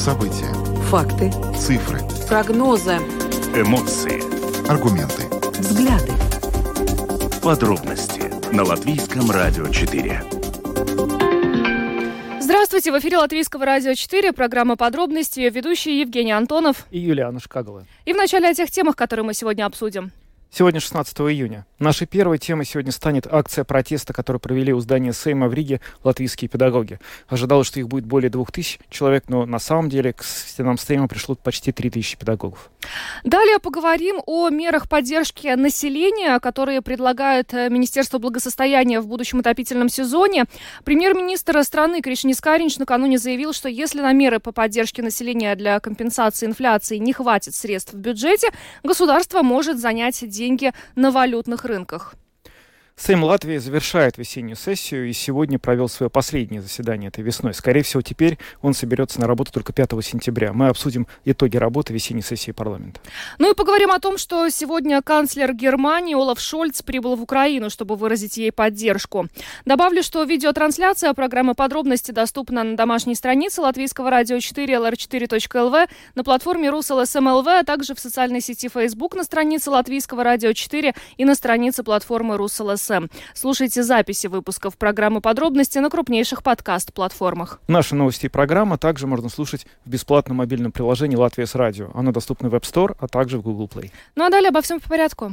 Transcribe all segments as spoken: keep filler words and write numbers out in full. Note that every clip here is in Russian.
События. Факты. Цифры. Прогнозы. Эмоции. Аргументы. Взгляды. Подробности на Латвийском радио четыре. Здравствуйте, в эфире Латвийского радио четыре, программа «Подробности», ведущие Евгений Антонов и Юлиана Шкагала. И в начале о тех темах, которые мы сегодня обсудим. Сегодня шестнадцатого июня. Нашей первой темой сегодня станет акция протеста, которую провели у здания Сейма в Риге латвийские педагоги. Ожидалось, что их будет более двух тысяч человек, но на самом деле к стенам Сейма пришло почти три тысячи педагогов. Далее поговорим о мерах поддержки населения, которые предлагает Министерство благосостояния в будущем отопительном сезоне. Премьер-министр страны Кришинис Каринч накануне заявил, что если на меры по поддержке населения для компенсации инфляции не хватит средств в бюджете, государство может занять деньги деньги на валютных рынках. Сейм Латвии завершает весеннюю сессию и сегодня провел свое последнее заседание этой весной. Скорее всего, теперь он соберется на работу только пятого сентября. Мы обсудим итоги работы весенней сессии парламента. Ну и поговорим о том, что сегодня канцлер Германии Олаф Шольц прибыл в Украину, чтобы выразить ей поддержку. Добавлю, что видеотрансляция программы «Подробности» доступна на домашней странице Латвийского радио четыре эл эр четыре точка эл ви, на платформе РусЛСМ.ЛВ, а также в социальной сети Facebook на странице Латвийского радио четыре и на странице платформы РусЛСМ. Слушайте записи выпусков программы «Подробности» на крупнейших подкаст-платформах. Наши новости и программа также можно слушать в бесплатном мобильном приложении «Латвия с радио». Оно доступно в App Store, а также в Google Play. Ну а далее обо всем по порядку.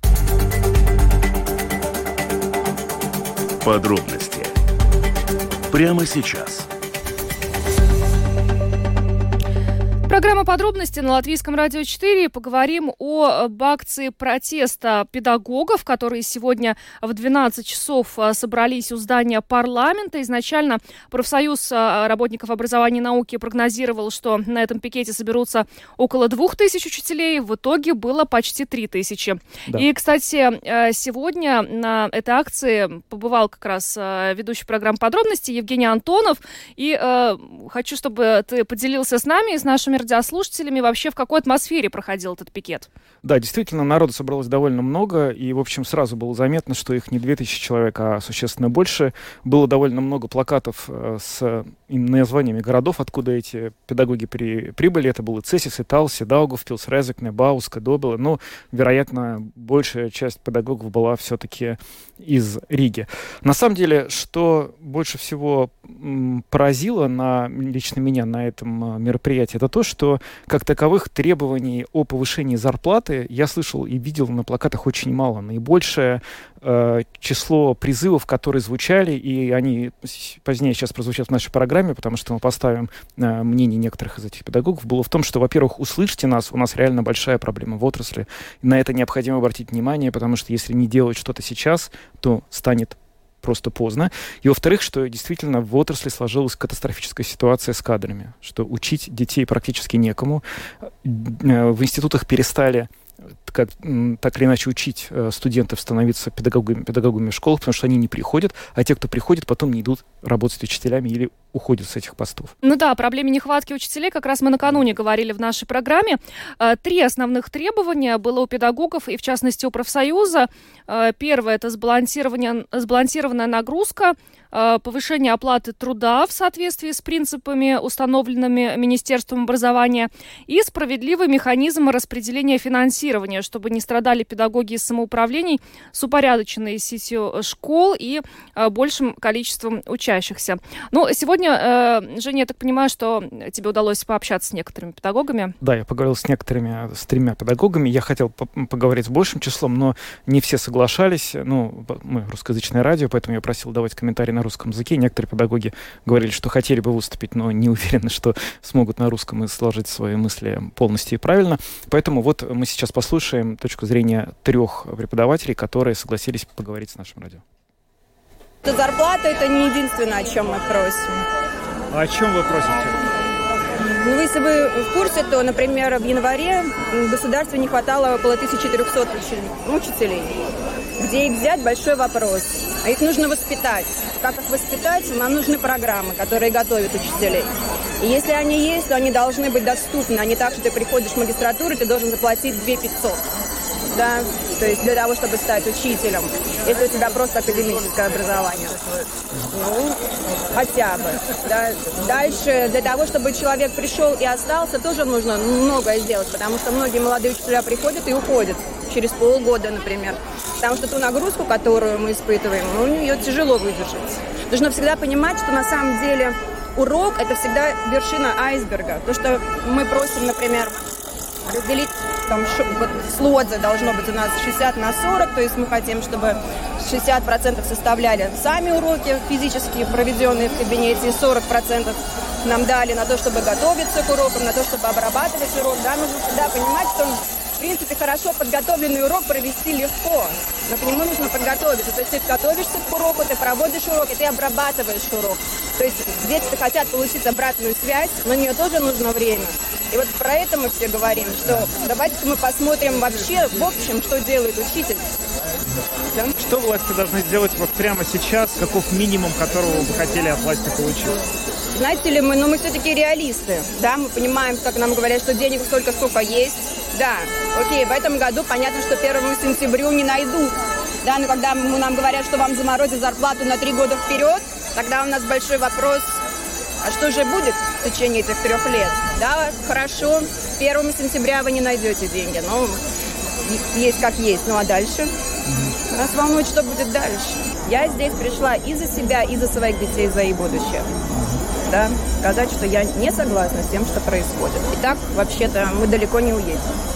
Подробности прямо сейчас. Программа «Подробности» на Латвийском радио четыре. Поговорим об акции протеста педагогов, которые сегодня в двенадцать часов собрались у здания парламента. Изначально профсоюз работников образования и науки прогнозировал, что на этом пикете соберутся около двух тысяч учителей. В итоге было почти три тысячи. Да. И, кстати, сегодня на этой акции побывал как раз ведущий программы «Подробности» Евгений Антонов. И э, хочу, чтобы ты поделился с нами и с нашими радиослушателями вообще, в какой атмосфере проходил этот пикет. Да, действительно, народу собралось довольно много, и, в общем, сразу было заметно, что их не две тысячи человек, а существенно больше. Было довольно много плакатов э, с названиями городов, откуда эти педагоги при, прибыли. Это было Цесис, Италси, Даугавпилс, Резекне, Бауска, Добела. Но, вероятно, большая часть педагогов была все-таки из Риги. На самом деле, что больше всего м, поразило на, лично меня на этом мероприятии, это то, что, как таковых, требований о повышении зарплаты я слышал и видел на плакатах очень мало. Наибольшее э, число призывов, которые звучали, и они позднее сейчас прозвучат в нашей программе, потому что мы поставим э, мнение некоторых из этих педагогов, было в том, что, во-первых, услышьте нас, у нас реально большая проблема в отрасли. На это необходимо обратить внимание, потому что если не делать что-то сейчас, то станет просто поздно. И, во-вторых, что действительно в отрасли сложилась катастрофическая ситуация с кадрами, что учить детей практически некому. В институтах перестали как, так или иначе учить студентов становиться педагогами, педагогами в школах, потому что они не приходят, а те, кто приходит, потом не идут работать учителями или уходят с этих постов. Ну да, о проблеме нехватки учителей как раз мы накануне говорили в нашей программе. Три основных требования было у педагогов и, в частности, у профсоюза. Первое – это сбалансированная нагрузка, повышение оплаты труда в соответствии с принципами, установленными Министерством образования, и справедливый механизм распределения финансирования, чтобы не страдали педагоги из самоуправлений с упорядоченной сетью школ и большим количеством учащихся. Ну, сегодня, Женя, я так понимаю, что тебе удалось пообщаться с некоторыми педагогами. Да, я поговорил с некоторыми, с тремя педагогами. Я хотел поговорить с большим числом, но не все соглашались. Ну, мы русскоязычное радио, поэтому я просил давать комментарии на русском языке. Некоторые педагоги говорили, что хотели бы выступить, но не уверены, что смогут на русском и сложить свои мысли полностью и правильно. Поэтому вот мы сейчас послушаем точку зрения трех преподавателей, которые согласились поговорить с нашим радио. Зарплата – это не единственное, о чем мы просим. А о чем вы просите? Ну, если вы в курсе, то, например, в январе в государстве не хватало около тысяча четыреста учителей. Где их взять – большой вопрос. А их нужно воспитать. Как их воспитать? Нам нужны программы, которые готовят учителей. И если они есть, то они должны быть доступны. А не так, что ты приходишь в магистратуру, ты должен заплатить две тысячи пятьсот. Да? То есть для того, чтобы стать учителем. если у тебя просто академическое образование. Ну, хотя бы. Да. Дальше, для того, чтобы человек пришел и остался, тоже нужно многое сделать, потому что многие молодые учителя приходят и уходят через полгода, например. Потому что ту нагрузку, которую мы испытываем, ну, ее тяжело выдержать. Нужно всегда понимать, что на самом деле урок – это всегда вершина айсберга. То, что мы просим, например, разделить, там, вот слотзы должно быть у нас шестьдесят на сорок, то есть мы хотим, чтобы шестьдесят процентов составляли сами уроки физические, проведенные в кабинете, и сорок процентов нам дали на то, чтобы готовиться к урокам, на то, чтобы обрабатывать урок. Да, нужно всегда понимать, что, в принципе, хорошо подготовленный урок провести легко, но к нему нужно подготовиться. То есть ты готовишься к уроку, ты проводишь урок, и ты обрабатываешь урок. То есть дети хотят получить обратную связь, но на нее тоже нужно время. И вот про это мы все говорим, что давайте мы посмотрим вообще, в общем, что делает учитель. Да? Что власти должны сделать вот прямо сейчас? Каков минимум, которого вы бы хотели от власти получить? Знаете ли, мы, ну, мы все-таки реалисты, да, мы понимаем, как нам говорят, что денег столько, сколько есть. Да, окей, в этом году понятно, что первому сентябрю не найдут. Да, но когда нам говорят, что вам заморозят зарплату на три года вперед, тогда у нас большой вопрос, а что же будет в течение этих трех лет? Да, хорошо, первого сентября вы не найдете деньги, но есть как есть. Ну а дальше? Нас волнует, что будет дальше. Я здесь пришла и за себя, и за своих детей, за их будущее. Да, сказать, что я не согласна с тем, что происходит. И так, вообще-то, мы далеко не уедем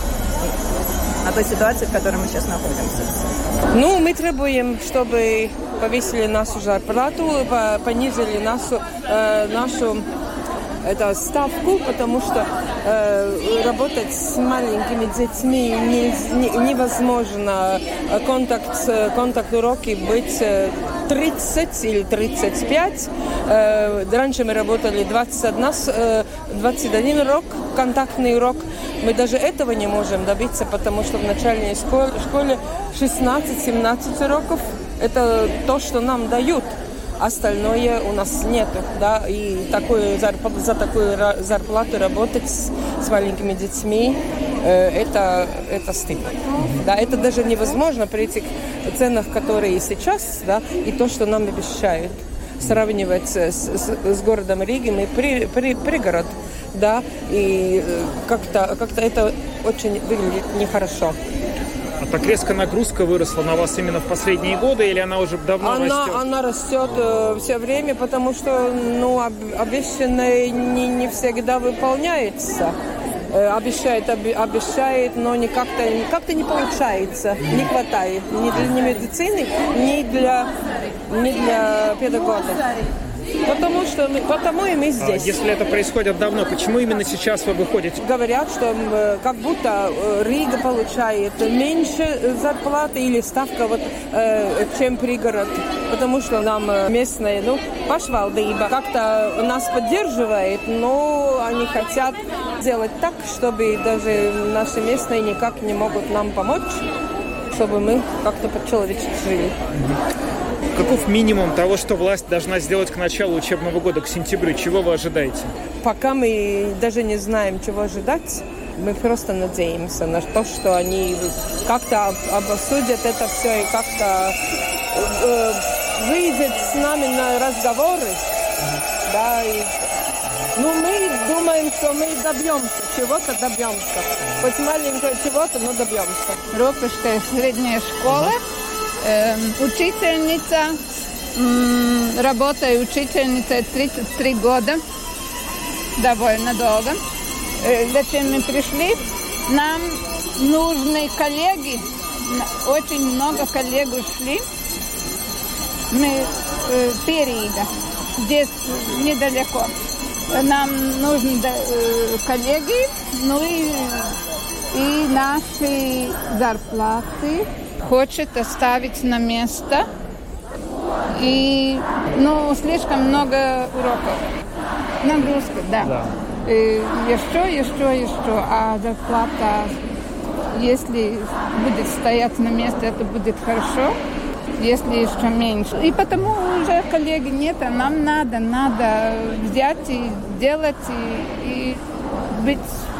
от той ситуации, в которой мы сейчас находимся. Ну, мы требуем, чтобы повысили нашу зарплату, понизили нашу, э, нашу это, ставку, потому что э, работать с маленькими детьми не, не, невозможно. Контакт, контакт уроки быть тридцать или тридцать пять. Э, раньше мы работали двадцать один, э, двадцать один урок, контактный урок. Мы даже этого не можем добиться, потому что в начальной школе, школе шестнадцать-семнадцать уроков – это то, что нам дают. Остальное у нас нету, да, и такую, за такую зарплату работать с, с маленькими детьми, э, это, это стыдно. Да, это даже невозможно при этих ценах, которые сейчас, да, и то, что нам обещают. Сравнивать с, с, с городом Риги, мы при, при, пригород, да, и как-то, как-то это очень выглядит нехорошо. А так резко нагрузка выросла на вас именно в последние годы, или она уже давно она, растет? Она растет э, все время, потому что ну, об, обещанное не, не всегда выполняется. Э, обещает, об, обещает, но не как-то, как-то не получается, не хватает ни для медицины, ни для, ни для педагога. Потому что мы, потому и мы здесь. А если это происходит давно, почему именно сейчас вы выходите? Говорят, что э, как будто Рига получает меньше зарплаты или ставка, вот, э, чем пригород. Потому что нам местная, ну, пашвалдыба как-то нас поддерживает, но они хотят сделать так, чтобы даже наши местные никак не могут нам помочь, чтобы мы как-то по-человечески жили. Каков минимум того, что власть должна сделать к началу учебного года, к сентябрю? Чего вы ожидаете? Пока мы даже не знаем, чего ожидать, мы просто надеемся на то, что они как-то обсудят это все и как-то э, выйдут с нами на разговоры. Mm-hmm. Да, и, ну, мы думаем, что мы добьемся, чего-то добьемся. Хоть маленького чего-то, но добьемся. Ропешская средняя школа. Учительница, работаю учительницей тридцать три года, довольно долго. Зачем мы пришли? Нам нужны коллеги, очень много коллег ушли. Мы э, Перига, здесь недалеко. Нам нужны э, коллеги, ну и, и наши зарплаты. Хочет оставить на место. И, ну, слишком много уроков. Нагрузка, да. да. И еще, еще, еще. А зарплата, если будет стоять на месте, это будет хорошо. Если еще меньше. И потому уже коллеги нет, а нам надо, надо взять и делать, и, и быть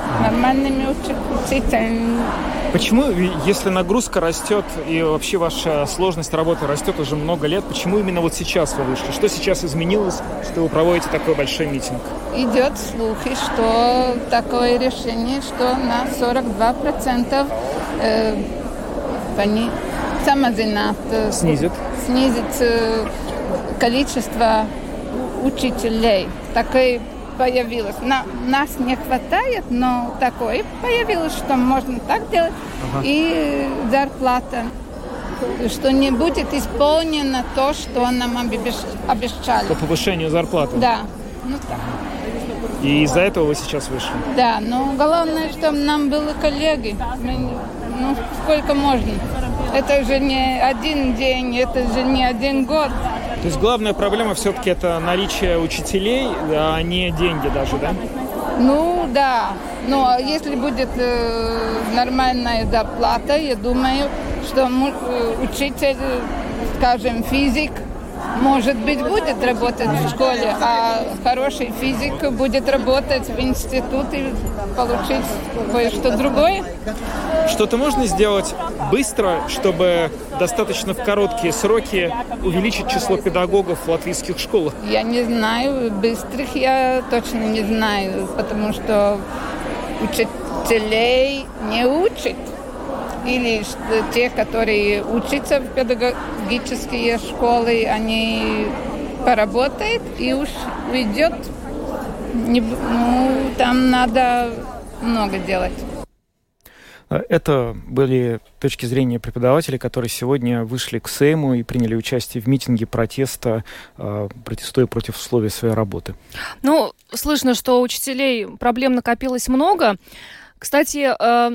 нормальными учителями. Почему, если нагрузка растет и вообще ваша сложность работы растет уже много лет, почему именно вот сейчас вы вышли? Что сейчас изменилось, что вы проводите такой большой митинг? Идет слухи, что такое решение, что на сорок два процента э, они самозинат, э, снизит, снизит э, количество учителей. Такое появилось. На, нас не хватает, но такое появилось, что можно так делать. Ага. И зарплата, что не будет исполнено то, что нам обещали. По повышению зарплаты? Да. Ну так. И из-за этого вы сейчас вышли? Да, но главное, чтобы нам были коллеги. Мы, ну, сколько можно? Это же не один день, это же не один год. То есть главная проблема все-таки это наличие учителей, а не деньги даже, да? Ну да, но если будет э, нормальная зарплата, я думаю, что э, учитель, скажем, физик, может быть, будет работать в школе, а хороший физик будет работать в институте и получить кое-что другое. Что-то можно сделать быстро, чтобы достаточно в короткие сроки увеличить число педагогов в латвийских школах? Я не знаю, быстрых я точно не знаю, потому что учителей не учат. Или те, которые учатся в педагогические школы, они поработают и уж уйдет. Ну, там надо много делать. Это были точки зрения преподавателей, которые сегодня вышли к Сейму и приняли участие в митинге протеста, протестуя против условий своей работы. Ну, слышно, что у учителей проблем накопилось много. Кстати,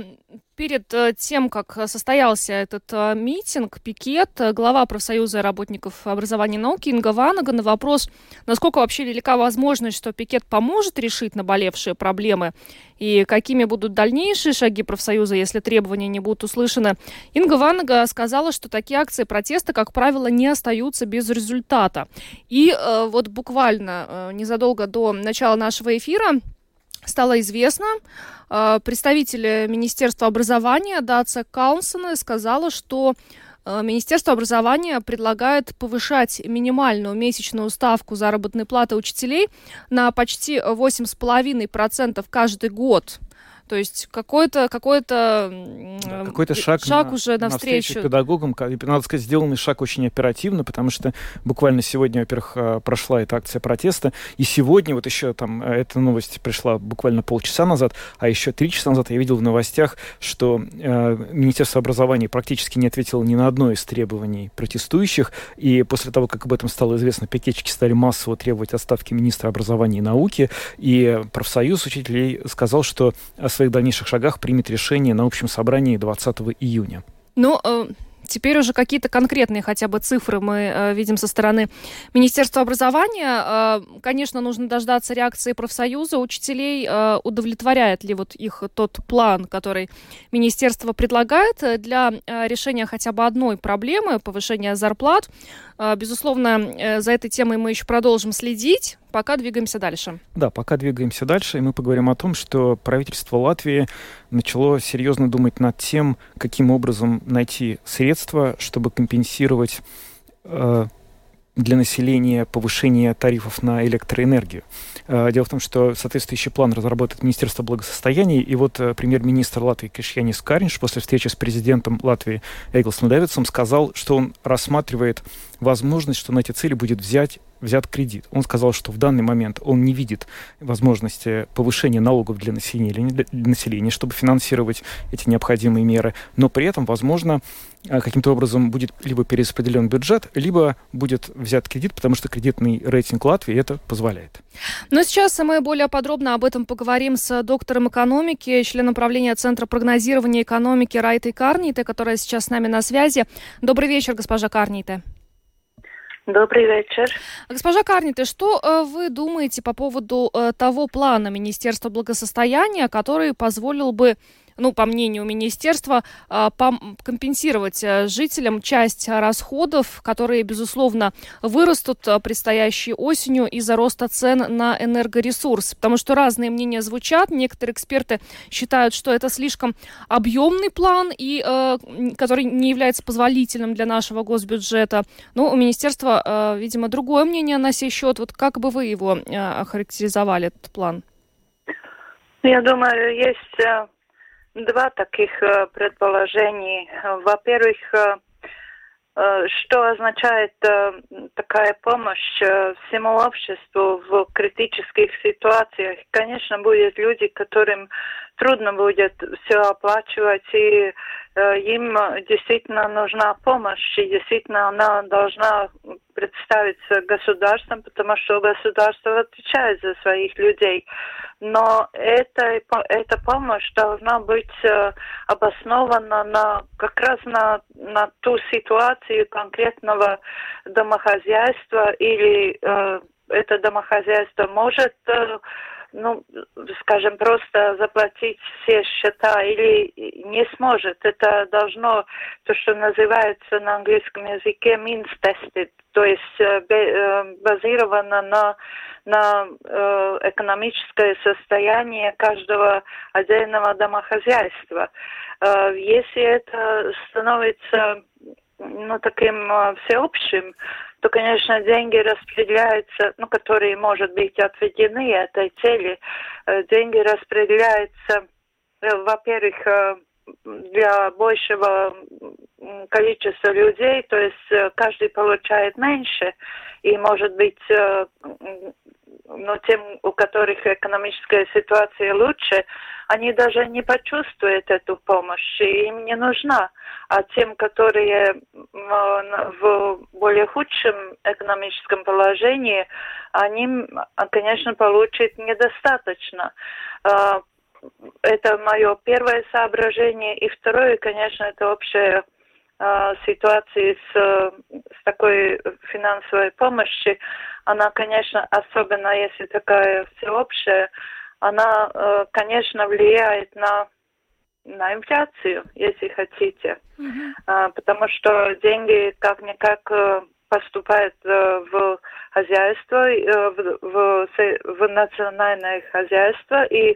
перед тем, как состоялся этот митинг, пикет, глава профсоюза работников образования и науки Инга Ванага на вопрос, насколько вообще велика возможность, что пикет поможет решить наболевшие проблемы и какими будут дальнейшие шаги профсоюза, если требования не будут услышаны, Инга Ванага сказала, что такие акции протеста, как правило, не остаются без результата. И э, вот буквально э, незадолго до начала нашего эфира стало известно, представитель Министерства образования Даца Каунсона сказала, что Министерство образования предлагает повышать минимальную месячную ставку заработной платы учителей на почти восемь целых пять десятых процента каждый год. То есть какой-то, какой-то, да, какой-то шаг, шаг на, уже навстречу. навстречу педагогам. Надо сказать, сделанный шаг очень оперативно, потому что буквально сегодня, во-первых, прошла эта акция протеста, и сегодня, вот еще там, эта новость пришла буквально полчаса назад, а еще три часа назад я видел в новостях, что э, Министерство образования практически не ответило ни на одно из требований протестующих, и после того, как об этом стало известно, пикетчики стали массово требовать отставки министра образования и науки, и профсоюз учителей сказал, что о своих дальнейших шагах примет решение на общем собрании двадцатого июня. Ну, э, теперь уже какие-то конкретные хотя бы цифры мы э, видим со стороны Министерства образования. Э, конечно, нужно дождаться реакции профсоюза учителей, э, удовлетворяет ли вот их тот план, который министерство предлагает для э, решения хотя бы одной проблемы, повышения зарплат. Э, безусловно, э, за этой темой мы еще продолжим следить. Пока двигаемся дальше. Да, пока двигаемся дальше, и мы поговорим о том, что правительство Латвии начало серьезно думать над тем, каким образом найти средства, чтобы компенсировать э, для населения повышение тарифов на электроэнергию. Э, дело в том, что соответствующий план разработает Министерство благосостояния, и вот э, премьер-министр Латвии Кришьянис Каринш после встречи с президентом Латвии Эглсом Дэвидсом сказал, что он рассматривает возможность, что на эти цели будет взять взят кредит. Он сказал, что в данный момент он не видит возможности повышения налогов для населения, для населения, чтобы финансировать эти необходимые меры, но при этом, возможно, каким-то образом будет либо перераспределен бюджет, либо будет взят кредит, потому что кредитный рейтинг Латвии это позволяет. Но сейчас мы более подробно об этом поговорим с доктором экономики, членом правления Центра прогнозирования экономики Райтой Карните, которая сейчас с нами на связи. Добрый вечер, госпожа Карните. Добрый вечер. Госпожа Карните, что э, вы думаете по поводу э, того плана Министерства благосостояния, который позволил бы ну, по мнению министерства, компенсировать жителям часть расходов, которые, безусловно, вырастут предстоящей осенью из-за роста цен на энергоресурсы. Потому что разные мнения звучат. Некоторые эксперты считают, что это слишком объемный план, и, который не является позволительным для нашего госбюджета. Но у министерства, видимо, другое мнение на сей счет. Вот как бы вы его охарактеризовали, этот план? Я думаю, есть два таких предположения. Во-первых, что означает такая помощь всему обществу в критических ситуациях? Конечно, будут люди, которым трудно будет все оплачивать, и им действительно нужна помощь, и действительно она должна представиться государством, потому что государство отвечает за своих людей. Но эта, эта помощь должна быть обоснована на, как раз на, на ту ситуацию конкретного домохозяйства, или э, это домохозяйство может, э, ну, скажем, просто заплатить все счета или не сможет. Это должно, то, что называется на английском языке means tested, то есть э, базировано на, на э, экономическое состояние каждого отдельного домохозяйства. Э, если это становится, ну, таким э, всеобщим, то, конечно, деньги распределяются, ну, которые, может быть, отведены этой цели. Э, деньги распределяются, э, во-первых, э, для большего количества людей, то есть каждый получает меньше, и, может быть, но тем, у которых экономическая ситуация лучше, они даже не почувствуют эту помощь, и им не нужна. А тем, которые в более худшем экономическом положении, они, конечно, получат недостаточно. Это мое первое соображение. И второе, конечно, это общая э, ситуация с, с такой финансовой помощью. Она, конечно, особенно если такая всеобщая, она, э, конечно, влияет на, на инфляцию, если хотите. Mm-hmm. Э, потому что деньги как-никак э, поступают э, в хозяйство, э, в, в, в национальное хозяйство, и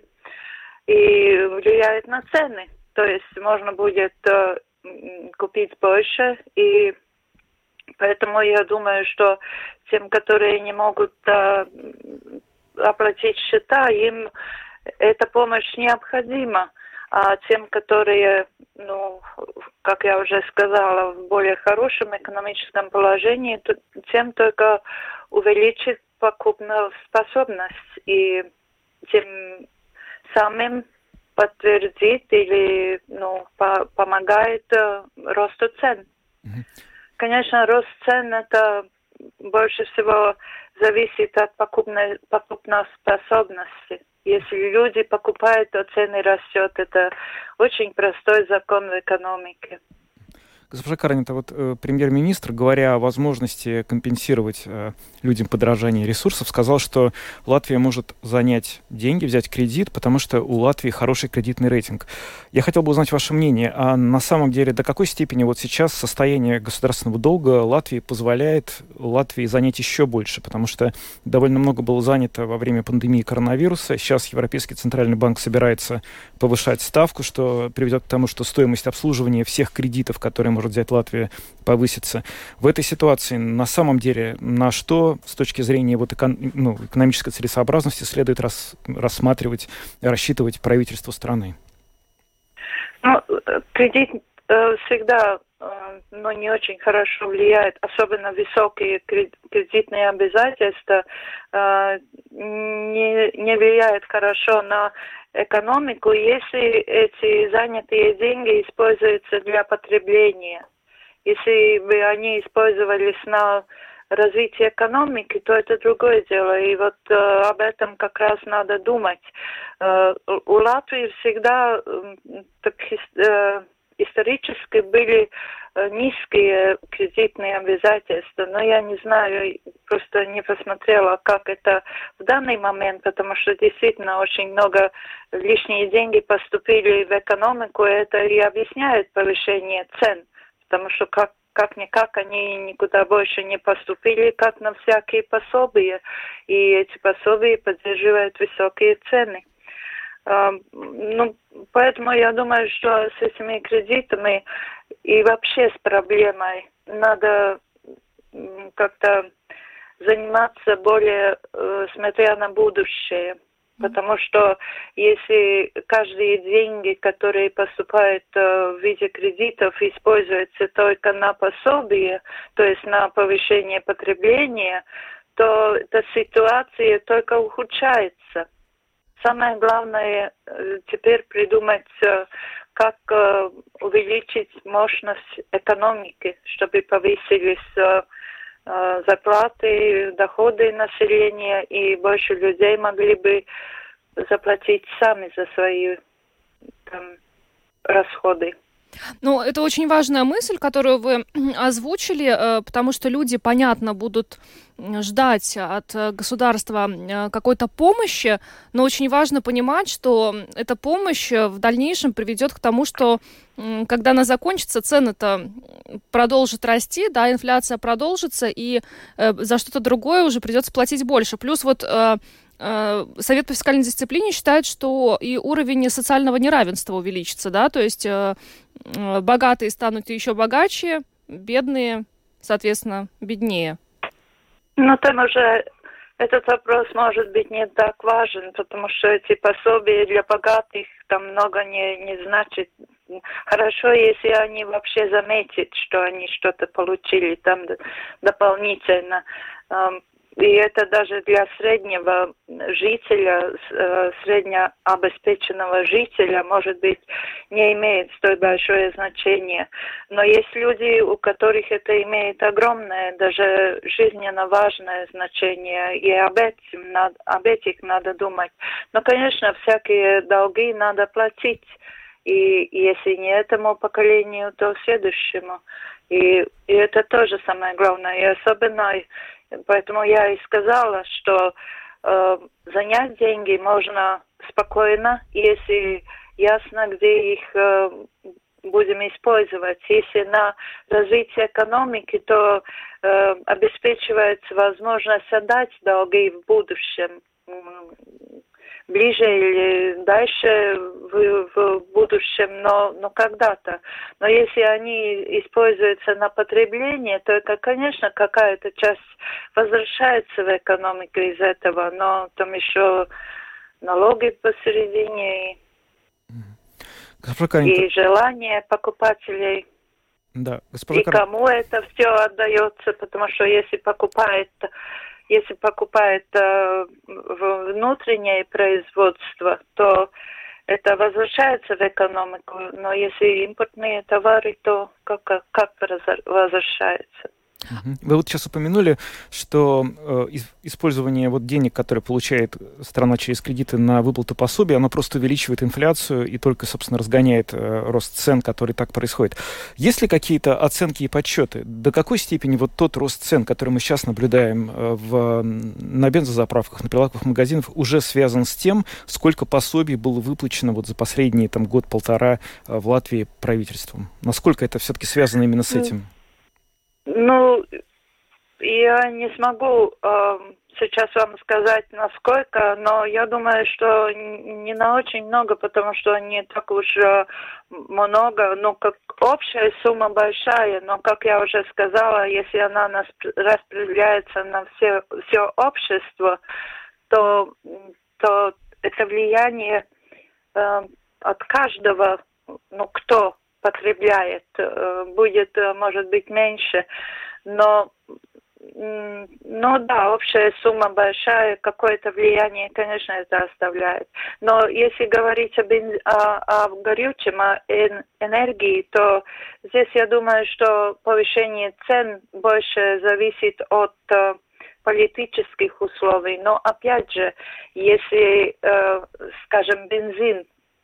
и влияет на цены. То есть можно будет э, купить больше, и поэтому я думаю, что тем, которые не могут э, оплатить счета, им эта помощь необходима. А тем, которые, ну, как я уже сказала, в более хорошем экономическом положении, то, тем только увеличит покупную способность, и тем самим подтвердит или, ну, по- помогает э, росту цен. Mm-hmm. Конечно, рост цен это больше всего зависит от покупной, покупной способности. Если люди покупают, то цены растут. Это очень простой закон в экономике. Госпожа Каранета, вот э, премьер-министр, говоря о возможности компенсировать э, людям подорожание ресурсов, сказал, что Латвия может занять деньги, взять кредит, потому что у Латвии хороший кредитный рейтинг. Я хотел бы узнать ваше мнение, а на самом деле до какой степени вот сейчас состояние государственного долга Латвии позволяет Латвии занять еще больше, потому что довольно много было занято во время пандемии коронавируса. Сейчас Европейский центральный банк собирается повышать ставку, что приведет к тому, что стоимость обслуживания всех кредитов, которые может взять Латвия, повысится. В этой ситуации на самом деле на что с точки зрения вот экон, ну, экономической целесообразности следует рас, рассматривать, рассчитывать правительство страны? Ну, кредит э, всегда э, ну, не очень хорошо влияет, особенно высокие кредитные обязательства э, не, не влияют хорошо на экономику, если эти занятые деньги используются для потребления. Если бы они использовались на развитие экономики, то это другое дело. И вот э, об этом как раз надо думать. Э, у Латвии всегда э, так, э, исторически были низкие кредитные обязательства, но я не знаю, просто не посмотрела, как это в данный момент, потому что действительно очень много лишние деньги поступили в экономику, и это и объясняет повышение цен, потому что как как-никак они никуда больше не поступили, как на всякие пособия, и эти пособия поддерживают высокие цены. Ну, поэтому я думаю, что с этими кредитами и вообще с проблемой надо как-то заниматься более, смотря на будущее. Потому что если каждые деньги, которые поступают в виде кредитов, используются только на пособие, то есть на повышение потребления, то эта ситуация только ухудшается. Самое главное теперь придумать, как увеличить мощность экономики, чтобы повысились зарплаты, доходы населения, и больше людей могли бы заплатить сами за свои там расходы. Ну, это очень важная мысль, которую вы озвучили, потому что люди, понятно, будут ждать от государства какой-то помощи, но очень важно понимать, что эта помощь в дальнейшем приведет к тому, что когда она закончится, цены-то продолжат расти, да, инфляция продолжится, и за что-то другое уже придется платить больше. Плюс вот Совет по фискальной дисциплине считает, что и уровень социального неравенства увеличится, да, то есть богатые станут еще богаче, бедные, соответственно, беднее. Ну, там уже этот вопрос может быть не так важен, потому что эти пособия для богатых там много не, не значит. Хорошо, если они вообще заметят, что они что-то получили там дополнительно. И это даже для среднего жителя, среднеобеспеченного жителя, может быть, не имеет столь большое значение. Но есть люди, у которых это имеет огромное, даже жизненно важное значение, и об этом надо, об этих надо думать. Но, конечно, всякие долги надо платить, и если не этому поколению, то следующему. И, и это тоже самое главное, и особенно... Поэтому я и сказала, что э, занять деньги можно спокойно, если ясно, где их э, будем использовать. Если на развитие экономики, то э, обеспечивается возможность отдать долги в будущем, ближе или дальше в, в будущем, но, но когда-то. Но если они используются на потребление, то это, конечно, какая-то часть возвращается в экономику из этого, но там еще налоги посередине и, и желание покупателей. Да, и кому это все отдается, потому что если покупает... Если покупает э, внутреннее производство, то это возвращается в экономику. Но если импортные товары, то как, как возвращается? Вы вот сейчас упомянули, что э, использование вот денег, которые получает страна через кредиты на выплату пособий, оно просто увеличивает инфляцию и только, собственно, разгоняет э, рост цен, который так происходит. Есть ли какие-то оценки и подсчеты? До какой степени вот тот рост цен, который мы сейчас наблюдаем э, в, на бензозаправках, на прилавках магазинов, уже связан с тем, сколько пособий было выплачено вот за последние там, год-полтора э, в Латвии правительством? Насколько это все-таки связано именно с этим? Ну, я не смогу э, сейчас вам сказать, насколько, но я думаю, что не на очень много, потому что не так уж э, много. Ну, как общая сумма большая, но, как я уже сказала, если она нас распределяется на все, все общество, то, то это влияние э, от каждого, ну, кто потребляет, будет, может быть, меньше, но, ну да, общая сумма большая, какое-то влияние, конечно, это оставляет. Но если говорить об, о, о горючем, о энергии, то здесь я думаю, что повышение цен больше зависит от политических условий. Но опять же, если, скажем, бензин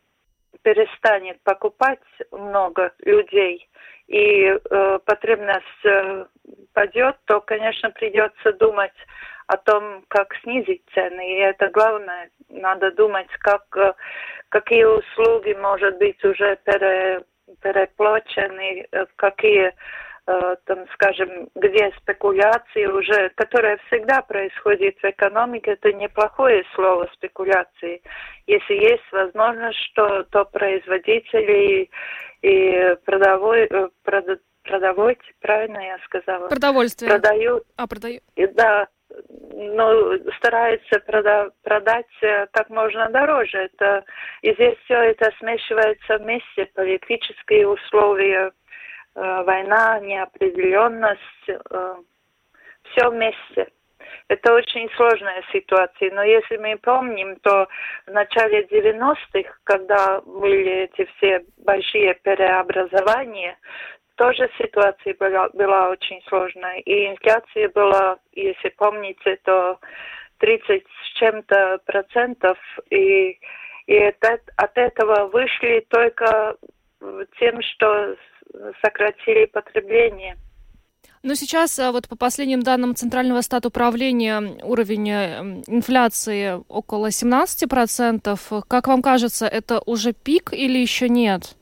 перестанет покупать много людей и э, потребность э, падет, то, конечно, придется думать о том, как снизить цены. И это главное. Надо думать, как, э, какие услуги, может быть, уже пере, переплачены, э, какие, э, там, скажем, где спекуляции уже, которые всегда происходят в экономике. Это неплохое слово спекуляции. Если есть возможность, что то производители и продовой, прода, продовольцы, правильно я сказала? Продовольствие. Продают. А, продают. Да, ну, стараются прода, продать как можно дороже. Это, и здесь все это смешивается вместе. Политические условия, э, война, неопределенность, э, все вместе. Это очень сложная ситуация, но если мы помним, то в начале девяностых, когда были эти все большие переобразования, тоже ситуация была, была очень сложная. И инфляция была, если помните, то тридцать с чем-то процентов, и, и это, от этого вышли только тем, что сократили потребление. Но сейчас, вот по последним данным Центрального статуправления, уровень инфляции около семнадцать процентов. Как вам кажется, это уже пик или еще нет?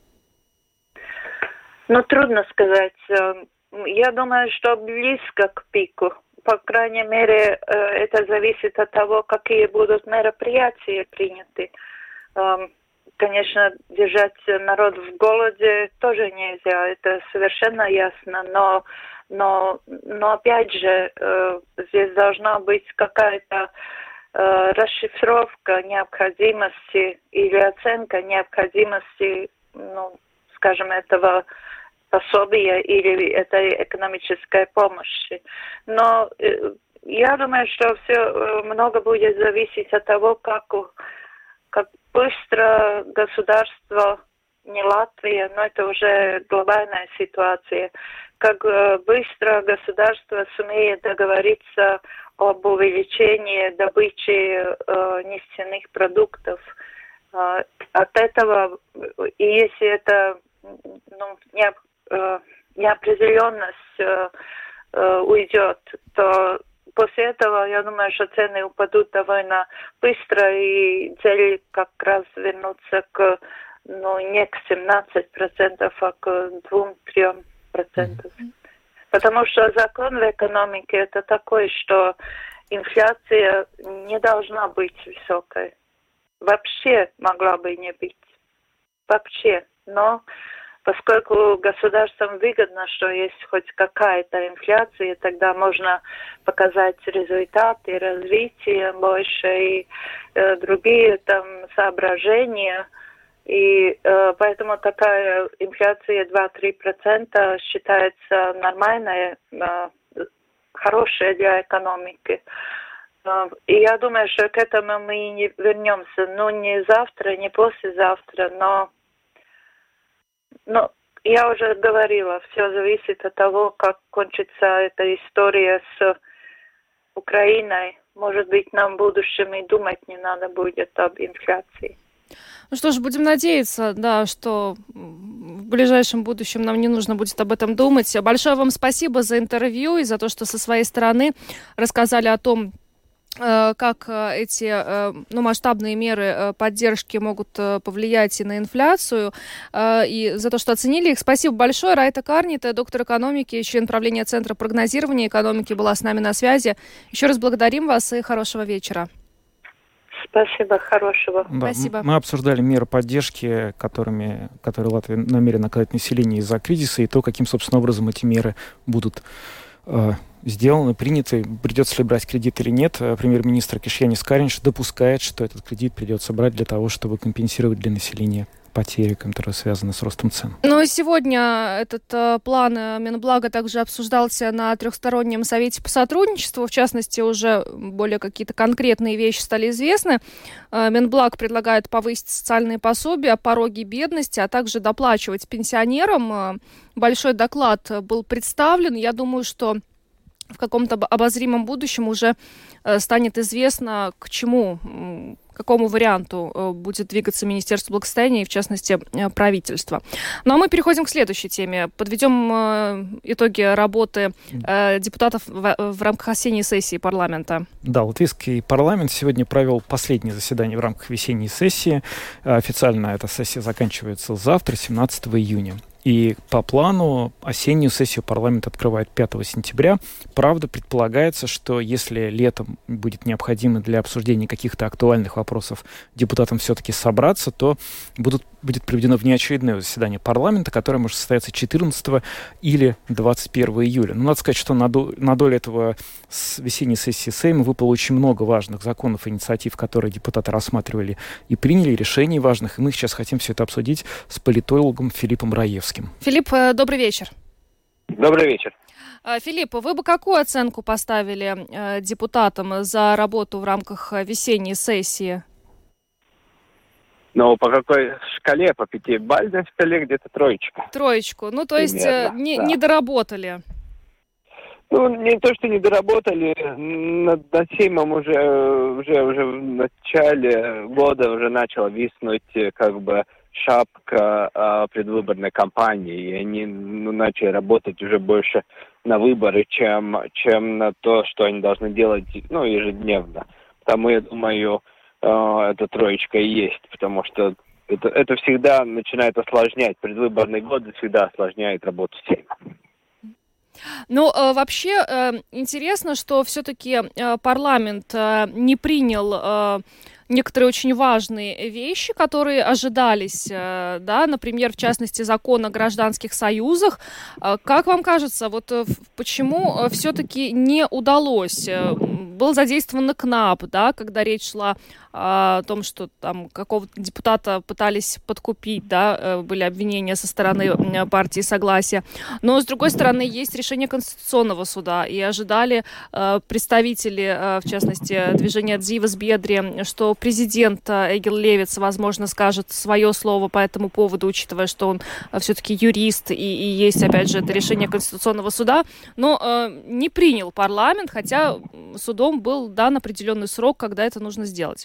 Ну, трудно сказать. Я думаю, что близко к пику. По крайней мере, это зависит от того, какие будут мероприятия приняты. Конечно, держать народ в голоде тоже нельзя, это совершенно ясно, но, но, но опять же, э, здесь должна быть какая-то э, расшифровка необходимости или оценка необходимости, ну, скажем, этого пособия или этой экономической помощи. Но э, я думаю, что все э, много будет зависеть от того, как, как быстро государство, не Латвия, но это уже глобальная ситуация, как быстро государство сумеет договориться об увеличении добычи э, нефтяных продуктов. Э, от этого, и если это ну, не, э, неопределенность э, э, уйдет, то после этого, я думаю, что цены упадут довольно быстро, и цель как раз вернуться к, ну, не к семнадцати процентам, а к двум-трем процентам. Mm-hmm. Потому что закон в экономике это такой, что инфляция не должна быть высокой. Вообще могла бы не быть. Вообще. Но поскольку государствам выгодно, что есть хоть какая-то инфляция, тогда можно показать результаты, развитие больше и э, другие там соображения. И э, поэтому такая инфляция два-три процента считается нормальной, э, хорошей для экономики. Э, и я думаю, что к этому мы и не вернемся. Ну, не завтра, не послезавтра, но Но я уже говорила, все зависит от того, как кончится эта история с Украиной. Может быть, нам в будущем и думать не надо будет об инфляции. Ну что ж, будем надеяться, да, что в ближайшем будущем нам не нужно будет об этом думать. Большое вам спасибо за интервью и за то, что со своей стороны рассказали о том, как эти ну, масштабные меры поддержки могут повлиять и на инфляцию, и за то, что оценили их. Спасибо большое. Райта Карнита, доктор экономики, член правления Центра прогнозирования экономики, была с нами на связи. Еще раз благодарим вас и хорошего вечера. Спасибо, хорошего. Да, Спасибо. Мы обсуждали меры поддержки, которыми, которые Латвия намерена оказать населению из-за кризиса, и то, каким, собственно, образом эти меры будут э, сделаны, приняты, придется ли брать кредит или нет. Премьер-министр Кишьянис Каринш допускает, что этот кредит придется брать для того, чтобы компенсировать для населения потери, которые связаны с ростом цен. Ну и сегодня этот э, план Минблага также обсуждался на трехстороннем совете по сотрудничеству. В частности, уже более какие-то конкретные вещи стали известны. Э, Минблаг предлагает повысить социальные пособия, пороги бедности, а также доплачивать пенсионерам. Э, большой доклад был представлен. Я думаю, что в каком-то обозримом будущем уже станет известно, к чему, к какому варианту будет двигаться Министерство благосостояния и, в частности, правительство. Ну а мы переходим к следующей теме. Подведем итоги работы депутатов в рамках осенней сессии парламента. Да, латвийский парламент сегодня провел последнее заседание в рамках весенней сессии. Официально эта сессия заканчивается завтра, семнадцатого июня. И по плану осеннюю сессию парламент открывает пятого сентября. Правда, предполагается, что если летом будет необходимо для обсуждения каких-то актуальных вопросов депутатам все-таки собраться, то будут, будет проведено внеочередное заседание парламента, которое может состояться четырнадцатого или двадцать первого июля. Но надо сказать, что на, до, на долю этого весенней сессии Сейма выпало очень много важных законов и инициатив, которые депутаты рассматривали и приняли, решений важных. И мы сейчас хотим все это обсудить с политологом Филиппом Раевским. Филипп, добрый вечер. Добрый вечер. Филипп, вы бы какую оценку поставили э, депутатам за работу в рамках весенней сессии? Ну, по какой шкале? По пятибалльной шкале где-то троечка. Троечку. Ну, то есть э, не, да. не доработали. Ну, не то, что не доработали, над, над Сеймом уже, уже, уже в начале года уже начала виснуть как бы шапка э, предвыборной кампании, и они ну, начали работать уже больше на выборы, чем, чем на то, что они должны делать ну, ежедневно. Потому, я думаю, э, эта троечка и есть, потому что это, это всегда начинает осложнять, предвыборный год всегда осложняет работу Сейма. Ну, э, вообще э, интересно, что все-таки э, парламент э, не принял э, некоторые очень важные вещи, которые ожидались, э, да, например, в частности, закон о гражданских союзах. Э, как вам кажется, вот э, почему э, все-таки не удалось? Э, был задействован КНАП, да, когда речь шла о том, что там какого-то депутата пытались подкупить, да, были обвинения со стороны партии Согласия. Но, с другой стороны, есть решение Конституционного суда, и ожидали э, представители, э, в частности, движения Dzīves biedri, что президент Эгил Левits, возможно, скажет свое слово по этому поводу, учитывая, что он э, все-таки юрист, и, и есть, опять же, это решение Конституционного суда, но э, не принял парламент, хотя судом был дан определенный срок, когда это нужно сделать.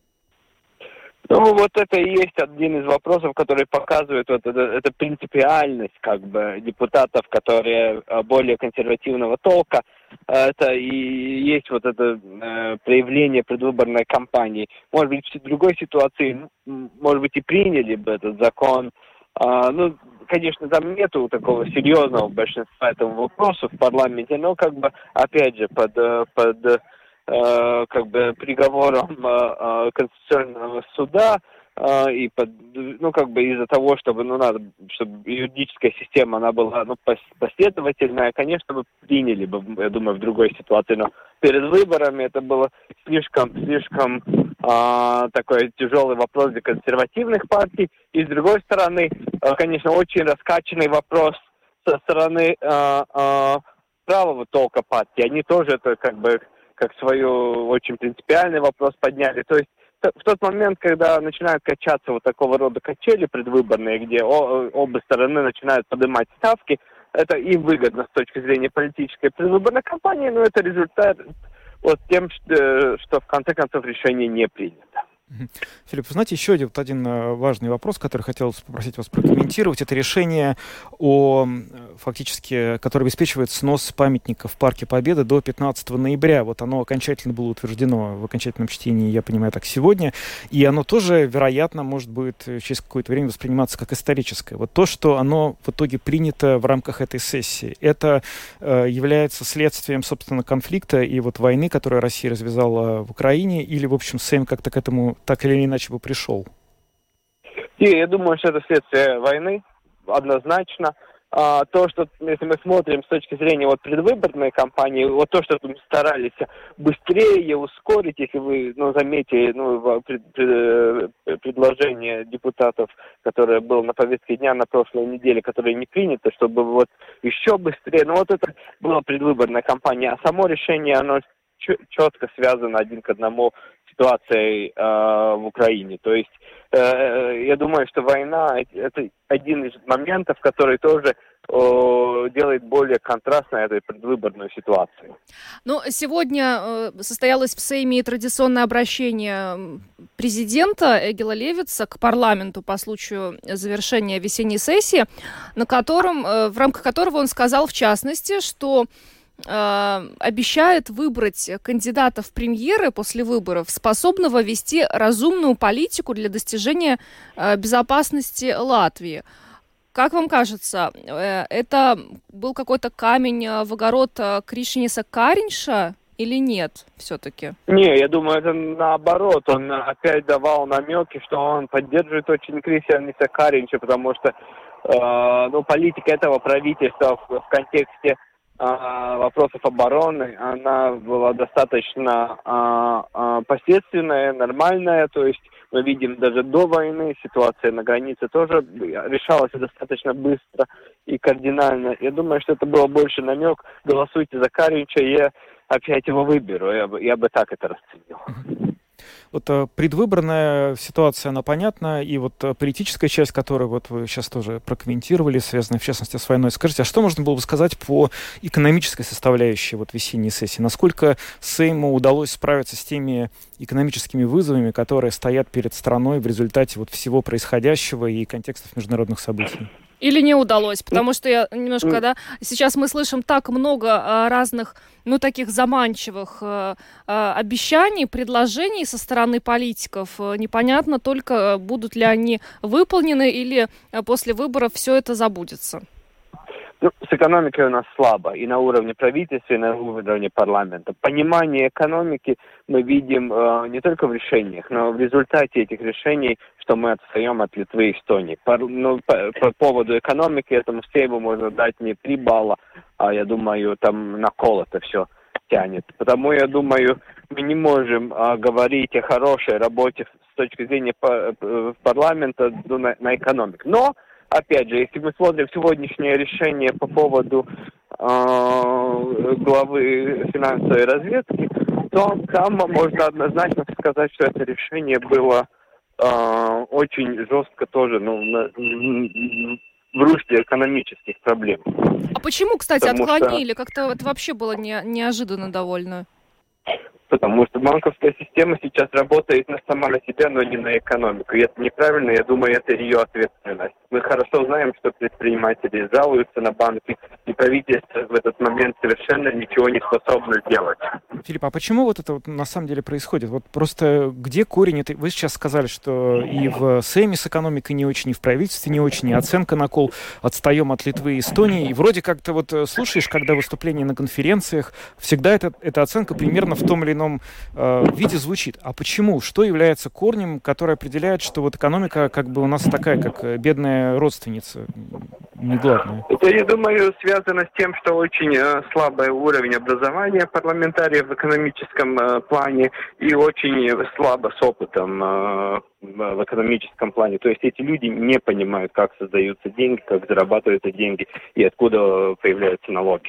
Ну, вот это и есть один из вопросов, который показывает вот это, это принципиальность как бы депутатов, которые более консервативного толка. Это и есть вот это э, проявление предвыборной кампании. Может быть, в другой ситуации, может быть, и приняли бы этот закон. А, ну, конечно, там нету такого серьезного большинства этому вопросу в парламенте, но как бы, опять же, под... под как бы приговором э, Конституционного суда э, и под, ну как бы из-за того, чтобы ну надо, чтобы юридическая система она была ну последовательная, конечно бы приняли бы, я думаю, в другой ситуации, но перед выборами это было слишком слишком э, такой тяжелый вопрос для консервативных партий, и с другой стороны, э, конечно, очень раскачанный вопрос со стороны э, э, правого толка партии, они тоже это как бы как свой очень принципиальный вопрос подняли. То есть в тот момент, когда начинают качаться вот такого рода качели предвыборные, где о, оба стороны начинают поднимать ставки, это им выгодно с точки зрения политической предвыборной кампании, но это результат вот тем, что, что в конце концов решение не принято. Филипп, вы знаете, еще один, вот один важный вопрос, который хотел попросить вас прокомментировать, это решение, о, фактически, которое обеспечивает снос памятников в Парке Победы до пятнадцатого ноября. Вот оно окончательно было утверждено в окончательном чтении, я понимаю, так сегодня, и оно тоже, вероятно, может будет через какое-то время восприниматься как историческое. Вот то, что оно в итоге принято в рамках этой сессии, это э, является следствием, собственно, конфликта и вот войны, которую Россия развязала в Украине, или, в общем, Сейм как-то к этому так или иначе бы пришел? И я думаю, что это следствие войны, однозначно. А, то, что, если мы смотрим с точки зрения вот предвыборной кампании, вот то, что мы старались быстрее ускорить, если вы ну, заметили ну, пред, пред, предложение депутатов, которое было на повестке дня на прошлой неделе, которое не принято, чтобы вот еще быстрее, ну вот это была предвыборная кампания, а само решение, оно четко связано один к одному с ситуацией э, в Украине. То есть э, я думаю, что война – это один из моментов, который тоже делает более контрастной эту предвыборную ситуацию. Ну, сегодня э, состоялось в Сейме традиционное обращение президента Эгила Левитса к парламенту по случаю завершения весенней сессии, на котором, э, в рамках которого он сказал, в частности, что э, обещает выбрать кандидата в премьеры после выборов, способного вести разумную политику для достижения э, безопасности Латвии. Как вам кажется, это был какой-то камень в огород Кришиниса Каринша или нет все-таки? Не, я думаю, это наоборот. Он опять давал намеки, что он поддерживает очень Кришиниса Каринша, потому что э, ну, политика этого правительства в, в контексте э, вопросов обороны, она была достаточно э, э, посредственная, нормальная, то есть мы видим, даже до войны ситуация на границе тоже решалась достаточно быстро и кардинально. Я думаю, что это было больше намек. Голосуйте за Каринча, я опять его выберу. Я бы, я бы так это расценил. Вот э, предвыборная ситуация, она понятна, и вот э, политическая часть, которую вот вы сейчас тоже прокомментировали, связанная в частности с войной. Скажите, а что можно было бы сказать по экономической составляющей вот весенней сессии? Насколько Сейму удалось справиться с теми экономическими вызовами, которые стоят перед страной в результате вот всего происходящего и контекстов международных событий? Или не удалось? Потому что я немножко, да, сейчас мы слышим так много а, разных, ну, таких заманчивых а, а, обещаний, предложений со стороны политиков. Непонятно только, будут ли они выполнены или а, после выборов все это забудется. Ну, с экономикой у нас слабо, и на уровне правительства, и на уровне парламента. Понимание экономики мы видим э, не только в решениях, но в результате этих решений, что мы отстаем от Литвы и Эстонии. По, ну, по, по поводу экономики этому сейму можно дать не три балла, а я думаю, там на кол это все тянет. Потому я думаю, мы не можем э, говорить о хорошей работе с точки зрения по, э, парламента ну, на, на экономику. Но опять же, если мы смотрим сегодняшнее решение по поводу э, главы финансовой разведки, то там можно однозначно сказать, что это решение было э, очень жестко тоже ну, на, в русле экономических проблем. А почему, кстати, Потому отклонили? Что... Как-то это вообще было не, неожиданно довольно. Потому что банковская система сейчас работает на сама на себя, но не на экономику. И это неправильно, я думаю, это ее ответственность. Мы хорошо знаем, что предприниматели жалуются на банки, и правительство в этот момент совершенно ничего не способно сделать. Филипп, а почему вот это вот на самом деле происходит? Вот просто где корень этой... Вы сейчас сказали, что и в Сейме с экономикой не очень, и в правительстве не очень, и оценка на кол, отстаем от Литвы и Эстонии. И вроде как-то вот слушаешь, когда выступления на конференциях, всегда это, эта оценка примерно в том или ином э, виде звучит. А почему? Что является корнем, который определяет, что вот экономика как бы у нас такая, как бедная родственница, не главная? Это, я думаю, связано с тем, что очень э, слабый уровень образования парламентариев в экономическом э, плане и очень слабо с опытом э, в экономическом плане. То есть эти люди не понимают, как создаются деньги, как зарабатываются деньги и откуда появляются налоги.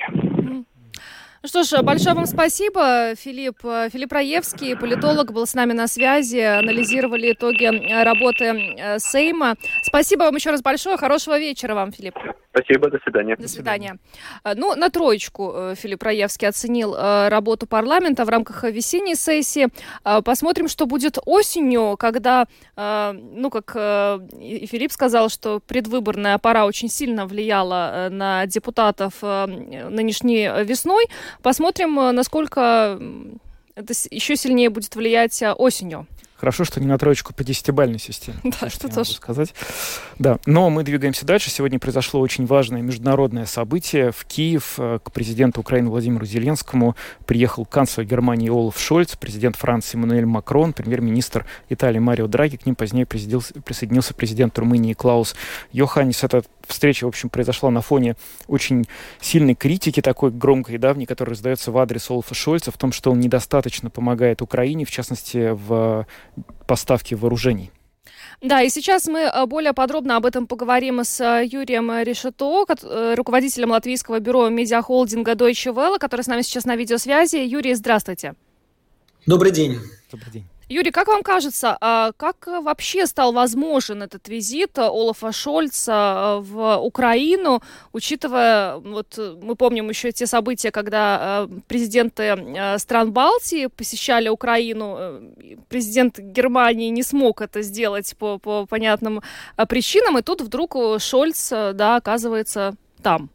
Ну что ж, большое вам спасибо, Филипп. Филипп Раевский, политолог, был с нами на связи, анализировали итоги работы Сейма. Спасибо вам еще раз большое, хорошего вечера вам, Филипп. Спасибо, до свидания. До свидания. Ну, на троечку Филипп Раевский оценил работу парламента в рамках весенней сессии. Посмотрим, что будет осенью, когда, ну, как и Филипп сказал, что предвыборная пора очень сильно влияла на депутатов нынешней весной. Посмотрим, насколько это еще сильнее будет влиять осенью. Хорошо, что не на троечку по десятибалльной системе. Да, что тоже. Сказать. Да, но мы двигаемся дальше. Сегодня произошло очень важное международное событие. В Киев к президенту Украины Владимиру Зеленскому приехал канцлер Германии Олаф Шольц, президент Франции Эммануэль Макрон, премьер-министр Италии Марио Драги. К ним позднее присоединился президент Румынии Клаус Йоханнис. Эта встреча, в общем, произошла на фоне очень сильной критики, такой громкой и давней, которая раздается в адрес Олафа Шольца в том, что он недостаточно помогает Украине, в частности, в поставке вооружений. Да, и сейчас мы более подробно об этом поговорим с Юрием Решето, руководителем латвийского бюро медиахолдинга Deutsche Welle, который с нами сейчас на видеосвязи. Юрий, здравствуйте. Добрый день. Добрый день. Юрий, как вам кажется, как вообще стал возможен этот визит Олафа Шольца в Украину, учитывая, вот мы помним еще те события, когда президенты стран Балтии посещали Украину, президент Германии не смог это сделать по, по понятным причинам, и тут вдруг Шольц, да, оказывается там.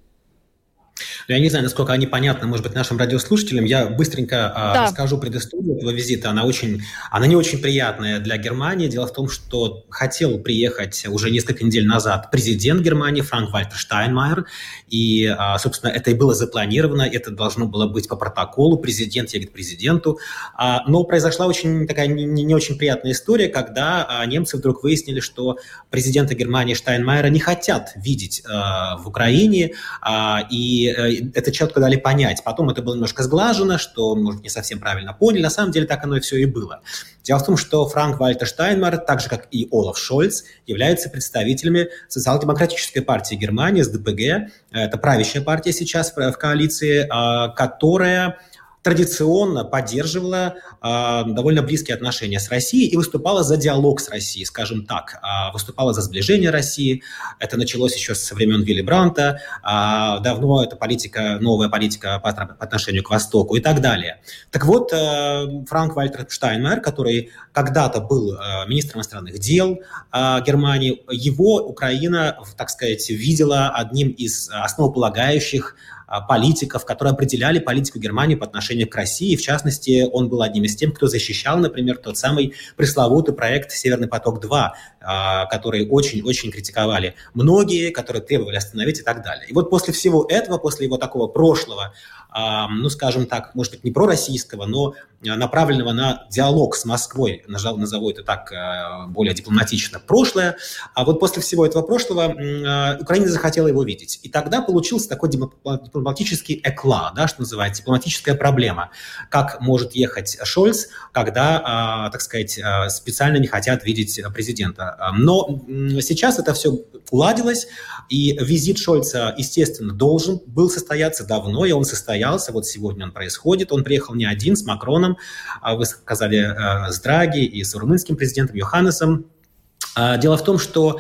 Я не знаю, насколько они понятны, может быть, нашим радиослушателям. Я быстренько да. э, расскажу предысторию этого визита. Она, очень, она не очень приятная для Германии. Дело в том, что хотел приехать уже несколько недель назад президент Германии Франк-Вальтер Штайнмайер. И, э, собственно, это и было запланировано. Это должно было быть по протоколу. Президент едет к президенту. А, но произошла очень такая не, не очень приятная история, когда а, немцы вдруг выяснили, что президента Германии Штайнмайера не хотят видеть а, в Украине. А, и это четко дали понять. Потом это было немножко сглажено, что, может, не совсем правильно поняли. На самом деле так оно и все и было. Дело в том, что Франк-Вальтер Штайнмайер, так же, как и Олаф Шольц, являются представителями социал-демократической партии Германии, эс дэ пэ гэ. Это правящая партия сейчас в коалиции, которая традиционно поддерживала э, довольно близкие отношения с Россией и выступала за диалог с Россией, скажем так. Э, выступала за сближение России. Это началось еще со времен Вилли Брандта. Э, давно эта политика, новая политика по, по отношению к Востоку и так далее. Так вот, э, Франк-Вальтер Штайнмайер, который когда-то был э, министром иностранных дел э, Германии, его Украина, так сказать, видела одним из основополагающих политиков, которые определяли политику Германии по отношению к России. В частности, он был одним из тех, кто защищал, например, тот самый пресловутый проект «Северный поток-два», который очень-очень критиковали многие, которые требовали остановить и так далее. И вот после всего этого, после его такого прошлого, ну, скажем так, может быть, не пророссийского, но направленного на диалог с Москвой, назову это так более дипломатично, прошлое, а вот после всего этого прошлого Украина захотела его видеть. И тогда получился такой дипломатический эклат, да, что называется, дипломатическая проблема. Как может ехать Шольц, когда, так сказать, специально не хотят видеть президента. Но сейчас это все уладилось, и визит Шольца, естественно, должен был состояться давно, и он состоялся. Вот сегодня он происходит. Он приехал не один, с Макроном. Вы сказали, с Драги и с румынским президентом Йоханнесом. Дело в том, что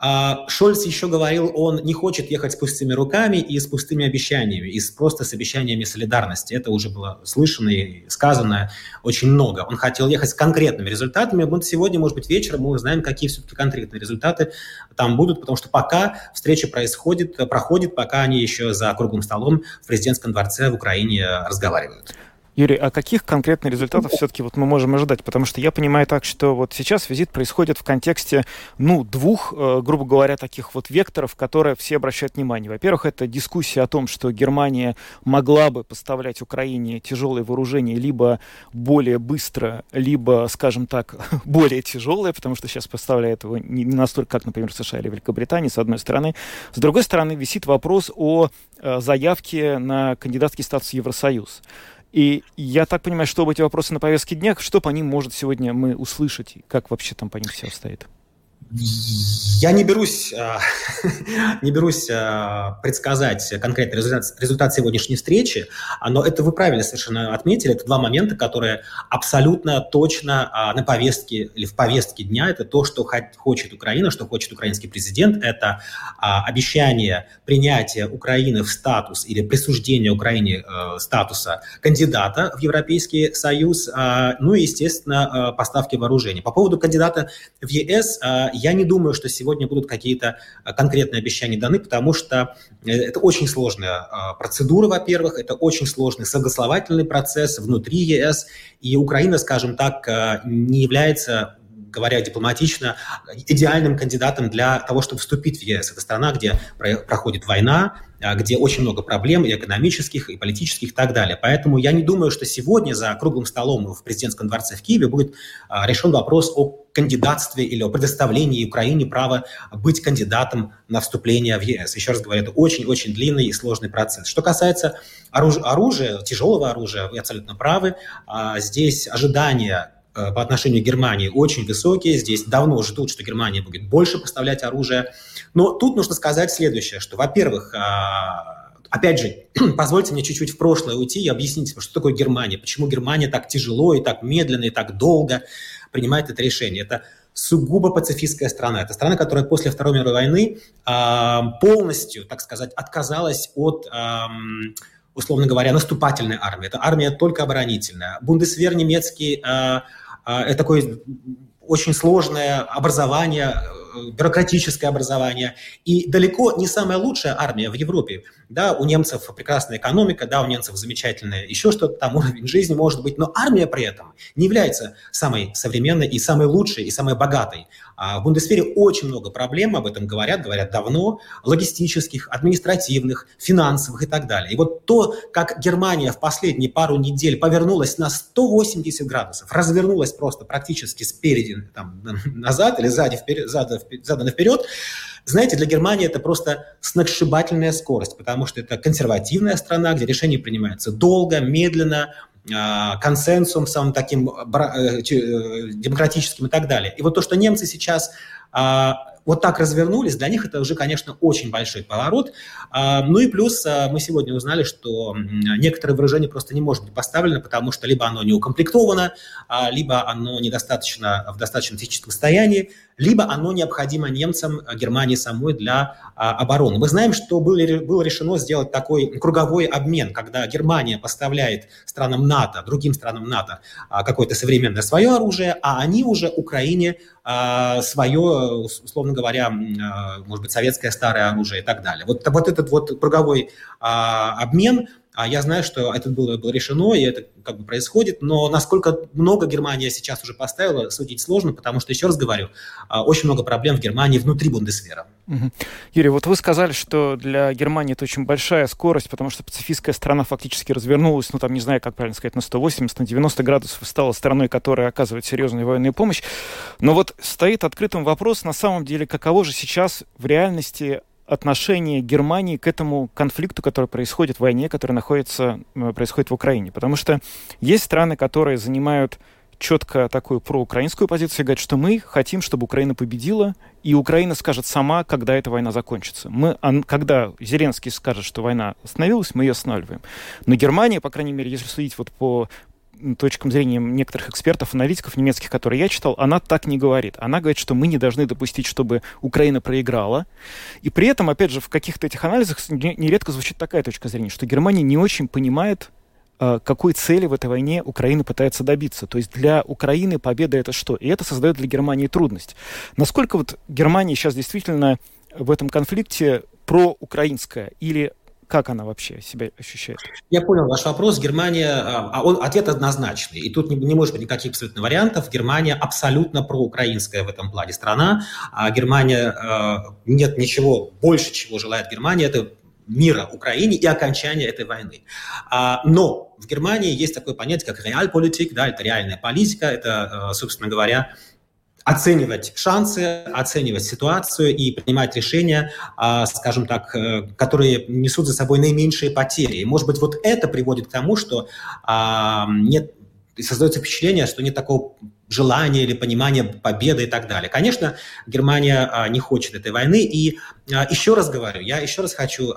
Шольц еще говорил, он не хочет ехать с пустыми руками и с пустыми обещаниями, и с, просто с обещаниями солидарности. Это уже было слышано и сказано очень много. Он хотел ехать с конкретными результатами. Вот сегодня, может быть, вечером мы узнаем, какие все-таки конкретные результаты там будут, потому что пока встреча происходит, проходит, пока они еще за круглым столом в президентском дворце в Украине разговаривают. Юрий, а каких конкретных результатов все-таки вот мы можем ожидать? Потому что я понимаю так, что вот сейчас визит происходит в контексте, ну, двух, э, грубо говоря, таких вот векторов, которые все обращают внимание. Во-первых, это дискуссия о том, что Германия могла бы поставлять Украине тяжелое вооружение либо более быстро, либо, скажем так, более тяжелое, потому что сейчас поставляет его не настолько, как, например, США или Великобритания, с одной стороны. С другой стороны, висит вопрос о э, заявке на кандидатский статус в Евросоюз. И я так понимаю, что эти вопросы на повестке дня, что по ним может сегодня мы услышать, как вообще там по ним все обстоит? Я не берусь, не берусь предсказать конкретный результат, результат сегодняшней встречи, но это вы правильно совершенно отметили. Это два момента, которые абсолютно точно на повестке или в повестке дня. Это то, что хочет Украина, что хочет украинский президент. Это обещание принятия Украины в статус или присуждения Украине статуса кандидата в Европейский Союз, ну и, естественно, поставки вооружений. По поводу кандидата в ЕС я не думаю, что сегодня будут какие-то конкретные обещания даны, потому что это очень сложная процедура, во-первых, это очень сложный согласовательный процесс внутри ЕС, и Украина, скажем так, не является, говоря дипломатично, идеальным кандидатом для того, чтобы вступить в ЕС. Это страна, где проходит война, где очень много проблем и экономических, и политических, и так далее. Поэтому я не думаю, что сегодня за круглым столом в президентском дворце в Киеве будет решен вопрос о кандидатстве или о предоставлении Украине права быть кандидатом на вступление в ЕС. Еще раз говорю, это очень-очень длинный и сложный процесс. Что касается оруж- оружия, тяжелого оружия, вы абсолютно правы. Здесь ожидания по отношению к Германии очень высокие. Здесь давно ждут, что Германия будет больше поставлять оружие. Но тут нужно сказать следующее, что, во-первых, опять же, позвольте мне чуть-чуть в прошлое уйти и объяснить, что такое Германия, почему Германия так тяжело и так медленно и так долго принимает это решение. Это сугубо пацифистская страна. Это страна, которая после Второй мировой войны э, полностью, так сказать, отказалась от, э, условно говоря, наступательной армии. Это армия только оборонительная. Бундесвер немецкий э, – э, это такое очень сложное образование, бюрократическое образование. И далеко не самая лучшая армия в Европе. Да, у немцев прекрасная экономика, да, у немцев замечательная еще что-то, там уровень жизни может быть, но армия при этом не является самой современной и самой лучшей, и самой богатой. А в Бундесвере очень много проблем, об этом говорят, говорят давно, логистических, административных, финансовых и так далее. И вот то, как Германия в последние пару недель повернулась на сто восемьдесят градусов, развернулась просто практически спереди там, назад или сзади вперед, задом вперед, знаете, для Германии это просто сногсшибательная скорость, потому что это консервативная страна, где решения принимаются долго, медленно, консенсусом самым таким демократическим и так далее. И вот то, что немцы сейчас вот так развернулись, для них это уже, конечно, очень большой поворот. Ну и плюс мы сегодня узнали, что некоторое вооружение просто не может быть поставлено, потому что либо оно не укомплектовано, либо оно недостаточно в достаточном техническом состоянии, либо оно необходимо немцам, Германии самой для обороны. Мы знаем, что было решено сделать такой круговой обмен, когда Германия поставляет странам НАТО, другим странам НАТО какое-то современное свое оружие, а они уже Украине свое, условно говоря, может быть, советское старое оружие и так далее. Вот, вот этот вот круговой а, обмен, а я знаю, что это было, было решено, и это как бы происходит, но насколько много Германия сейчас уже поставила, судить сложно, потому что, еще раз говорю, очень много проблем в Германии внутри Бундесвера. Угу. Юрий, вот вы сказали, что для Германии это очень большая скорость, потому что пацифистская страна фактически развернулась, ну там, не знаю, как правильно сказать, на сто восемьдесят, на девяносто градусов и стала страной, которая оказывает серьезную военную помощь. Но вот стоит открытым вопрос, на самом деле, каково же сейчас в реальности отношение Германии к этому конфликту, который происходит в войне, который находится, происходит в Украине. Потому что есть страны, которые занимают четко такую проукраинскую позицию и говорят, что мы хотим, чтобы Украина победила, и Украина скажет сама, когда эта война закончится. Мы, когда Зеленский скажет, что война остановилась, мы ее останавливаем. Но Германия, по крайней мере, если судить вот по точкам зрения некоторых экспертов, аналитиков немецких, которые я читал, она так не говорит. Она говорит, что мы не должны допустить, чтобы Украина проиграла. И при этом, опять же, в каких-то этих анализах нередко звучит такая точка зрения, что Германия не очень понимает, какой цели в этой войне Украина пытается добиться. То есть для Украины победа — это что? И это создает для Германии трудность. Насколько вот Германия сейчас действительно в этом конфликте проукраинская или как она вообще себя ощущает? Я понял ваш вопрос. Германия, а он, ответ однозначный. И тут не, не может быть никаких абсолютно вариантов. Германия абсолютно проукраинская в этом плане страна. А Германия, нет ничего больше, чего желает Германия, это мира Украине и окончания этой войны. Но в Германии есть такое понятие, как реальполитик, да, это реальная политика, это, собственно говоря, оценивать шансы, оценивать ситуацию и принимать решения, скажем так, которые несут за собой наименьшие потери. И, может быть, вот это приводит к тому, что нет, создается впечатление, что нет такого желания или понимания победы и так далее. Конечно, Германия не хочет этой войны. И еще раз говорю, я еще раз хочу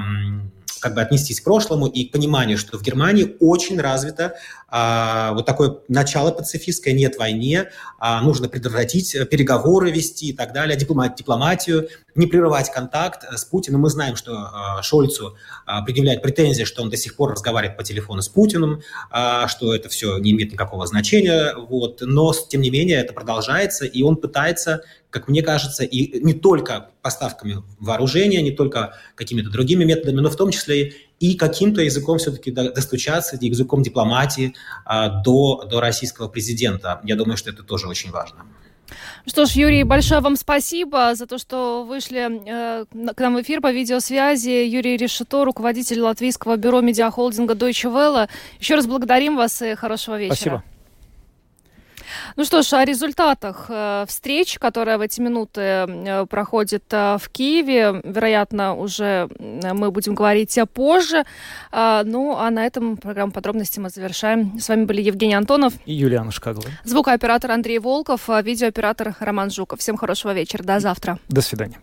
как бы отнестись к прошлому и к пониманию, что в Германии очень развито а, вот такое начало пацифистское, нет войне, а, нужно предотвратить, переговоры вести и так далее, дипломат, дипломатию, не прерывать контакт с Путиным. Мы знаем, что а, Шольцу а, предъявляет претензии, что он до сих пор разговаривает по телефону с Путиным, а, что это все не имеет никакого значения, вот. Но, тем не менее, это продолжается, и он пытается, как мне кажется, и не только поставками вооружения, не только какими-то другими методами, но в том числе и каким-то языком все-таки достучаться, языком дипломатии до, до российского президента. Я думаю, что это тоже очень важно. Что ж, Юрий, большое вам спасибо за то, что вышли э, к нам в эфир по видеосвязи. Юрий Решето, руководитель латвийского бюро медиахолдинга Deutsche Welle. Еще раз благодарим вас и хорошего вечера. Спасибо. Ну Ну что ж, о результатах э, встреч, которая в эти минуты э, проходит э, в Киеве, вероятно, уже мы будем говорить позже. Э, ну, а на этом программу подробности мы завершаем. С вами были Евгений Антонов и Юлиана Шкагова. Звукооператор Андрей Волков, видеооператор Роман Жуков. Всем хорошего вечера. До завтра. До свидания.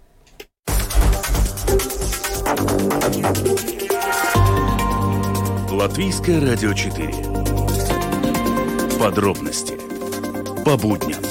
Латвийское радио четыре. Подробности по будням.